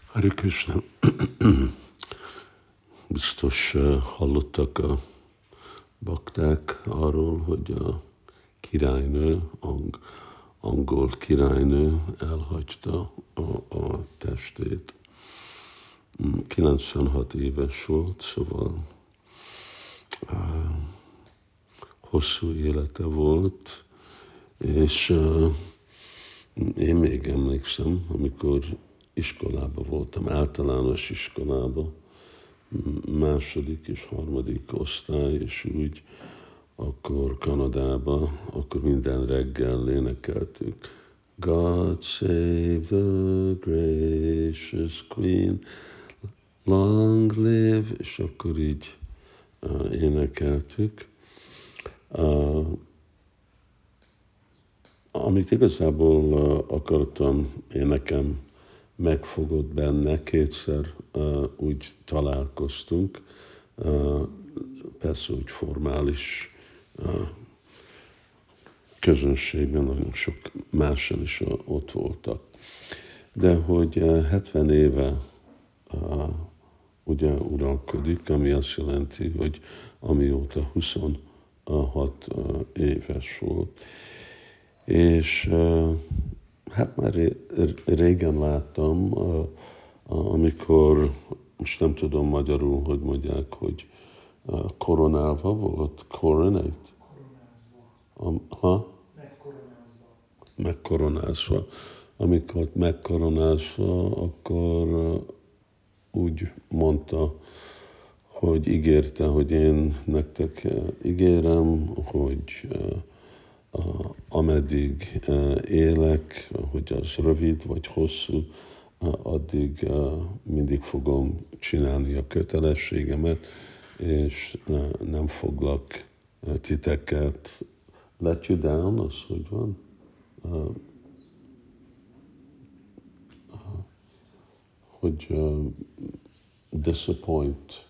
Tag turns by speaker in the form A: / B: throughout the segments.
A: Hare Krishna. Biztos hallottak a bakták arról, hogy a királynő, angol királynő elhagyta a testét. 96 éves volt, szóval hosszú élete volt, és én még emlékszem, amikor iskolában voltam, általános iskolában, második és harmadik osztály, és úgy akkor Kanadában, akkor minden reggel énekeltük. God save the gracious Queen, long live, és akkor így énekeltük. Amit igazából akartam, én nekem megfogott benne, kétszer úgy találkoztunk, persze úgy formális közönségben, nagyon sok máson is ott voltak. De hogy 70 éve ugye uralkodik, ami azt jelenti, hogy amióta 26 éves volt. És hát már régen láttam, amikor, most nem tudom magyarul, hogy mondják, hogy koronálva volt, coronate?
B: Megkoronázva.
A: Megkoronázva. Amikor megkoronázva, akkor úgy mondta, hogy ígérte, hogy én nektek ígérem, hogy ameddig élek, hogy az rövid vagy hosszú, addig mindig fogom csinálni a kötelességemet, és nem foglak titeket let you down, az hogy van? Hogy disappoint.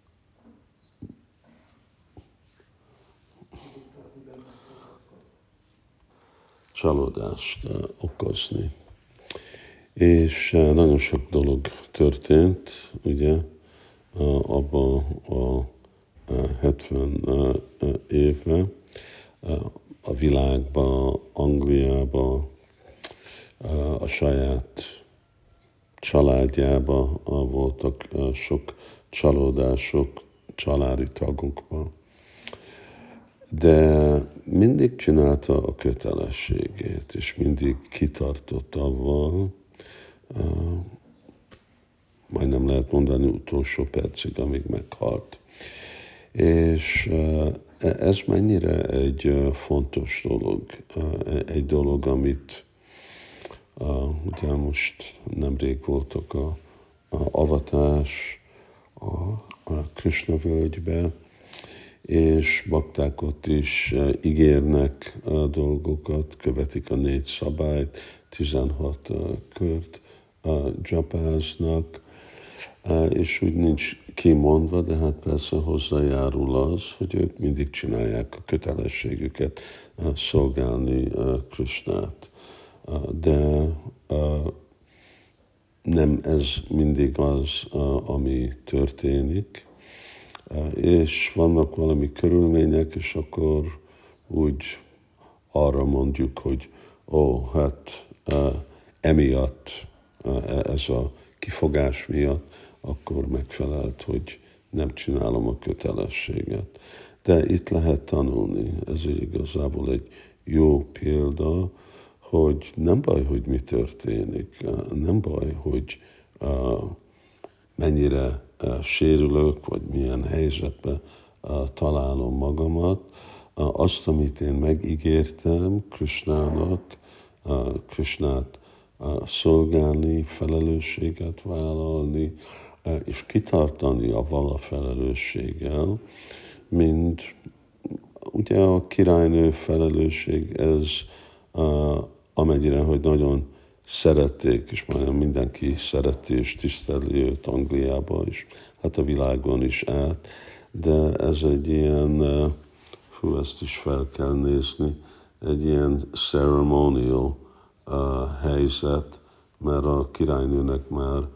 A: Csalódást okozni. És nagyon sok dolog történt, ugye, abban a 70 évben, a világban, Angliában, a saját családjában voltak sok csalódások, családi tagokban. De mindig csinálta a kötelességét, és mindig kitartott avval, majdnem lehet mondani utolsó percig, amíg meghalt. És ez mennyire egy fontos dolog, egy dolog, amit ugye most nemrég voltak a avatás a Krishna völgybe, és bakták ott is ígérnek dolgokat, követik a 4 szabályt, 16 kört dzsapáznak, és úgy nincs kimondva, de hát persze hozzájárul az, hogy ők mindig csinálják a kötelességüket szolgálni Krishnát. De nem ez mindig az, ami történik, és vannak valami körülmények, és akkor úgy arra mondjuk, hogy hát emiatt, ez a kifogás miatt, akkor megfelelt, hogy nem csinálom a kötelességet. De itt lehet tanulni, ez igazából egy jó példa, hogy nem baj, hogy mi történik, nem baj, hogy mennyire sérülök, vagy milyen helyzetben találom magamat. Azt, amit én megígértem Krishnának, Krishnát szolgálni, felelősséget vállalni, és kitartani avval a felelősséggel, mint ugye a királynő felelősség, ez amennyire, hogy nagyon szerették, és majdnem mindenki szereti és tiszteli őt Angliában is, hát a világon is át, de ez egy ilyen, ezt is fel kell nézni, egy ilyen ceremonial helyzet, mert a királynőnek már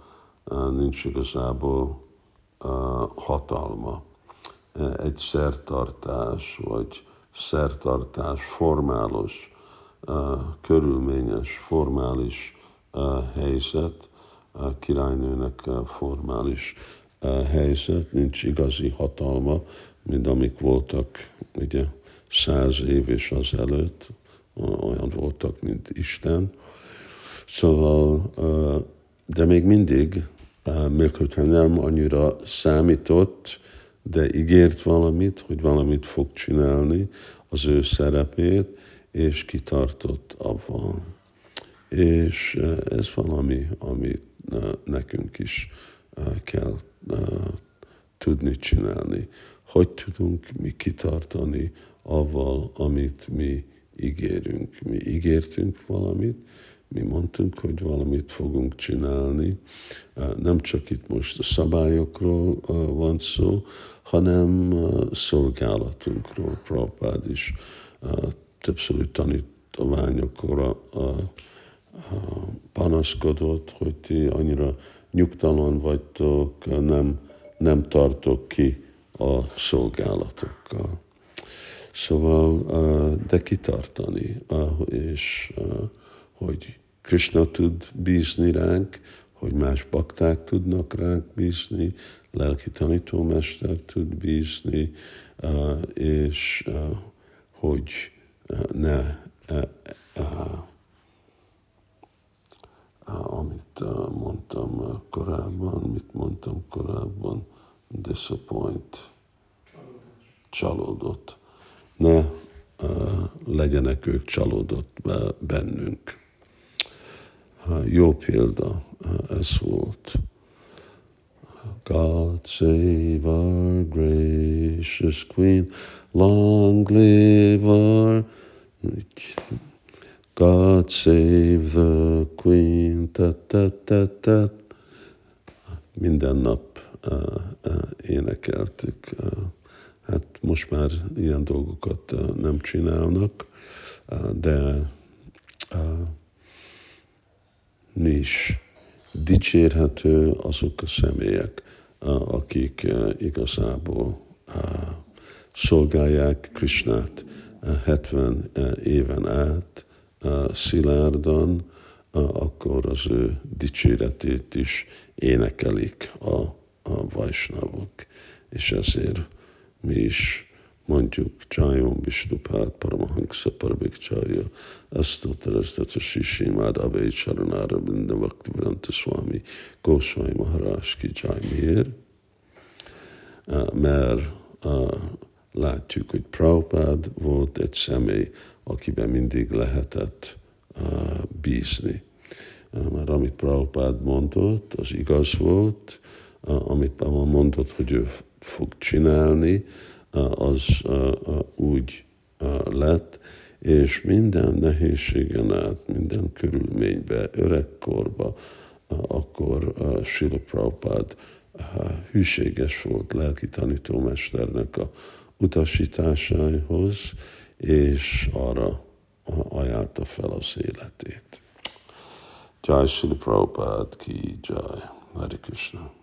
A: nincs igazából hatalma. Egy szertartás, vagy szertartás formális, körülményes, formális helyzet, királynőnek formális helyzet, nincs igazi hatalma, mint amik voltak ugye 100 év és azelőtt, olyan voltak, mint Isten. Szóval, de még mindig, még hogyha nem annyira számított, de ígért valamit, hogy valamit fog csinálni, az ő szerepét, és kitartott avval. És ez valami, amit nekünk is kell tudni csinálni. Hogy tudunk mi kitartani avval, amit mi ígérünk. Mi ígértünk valamit, mi mondtunk, hogy valamit fogunk csinálni. Nem csak itt most a szabályokról van szó, hanem szolgálatunkról. Prabhupád is többször tanítványokra panaszkodott, hogy ti annyira nyugtalan vagytok, nem tartok ki a szolgálatokkal. Szóval, de kitartani, és hogy Krishna tud bízni ránk, hogy más bakták tudnak ránk bízni, lelki tanítómester tud bízni, és hogy ne, amit mondtam korábban, mit mondtam korábban, disappoint, csalódott. Ne legyenek ők csalódott bennünk. Jó példa ez volt. God save our gracious Queen, long live our... God save the Queen, ta. Minden nap énekeltük. Hát most már ilyen dolgokat nem csinálnak, de mi is dicsérhető azok a személyek, akik igazából szolgálják Krishnát 70 éven át szilárdan, akkor az ő dicséretét is énekelik a vajsnavok. És ezért mi is mondjuk Jayom Vishnupád Paramahansa Parabhikcharya Asztótarasztata Sisimád Abhay Csaronára Binda Bhaktivedanta Swami Goswami Maharaj ki Jai. Miért? Mert látjuk, hogy Prabhupád volt egy személy, akiben mindig lehetett bízni. Mert amit Prabhupád mondott, az igaz volt, amit Pál mondott, hogy ő fog csinálni, az úgy lett, és minden nehézségen át, minden körülményben, öregkorba, akkor Srila Prabhupád hűséges volt lelki tanítómesternek a utasításaihoz, és arra ajánlta fel az életét. Jai Srila Prabhupád ki Jai. Hare Krishna.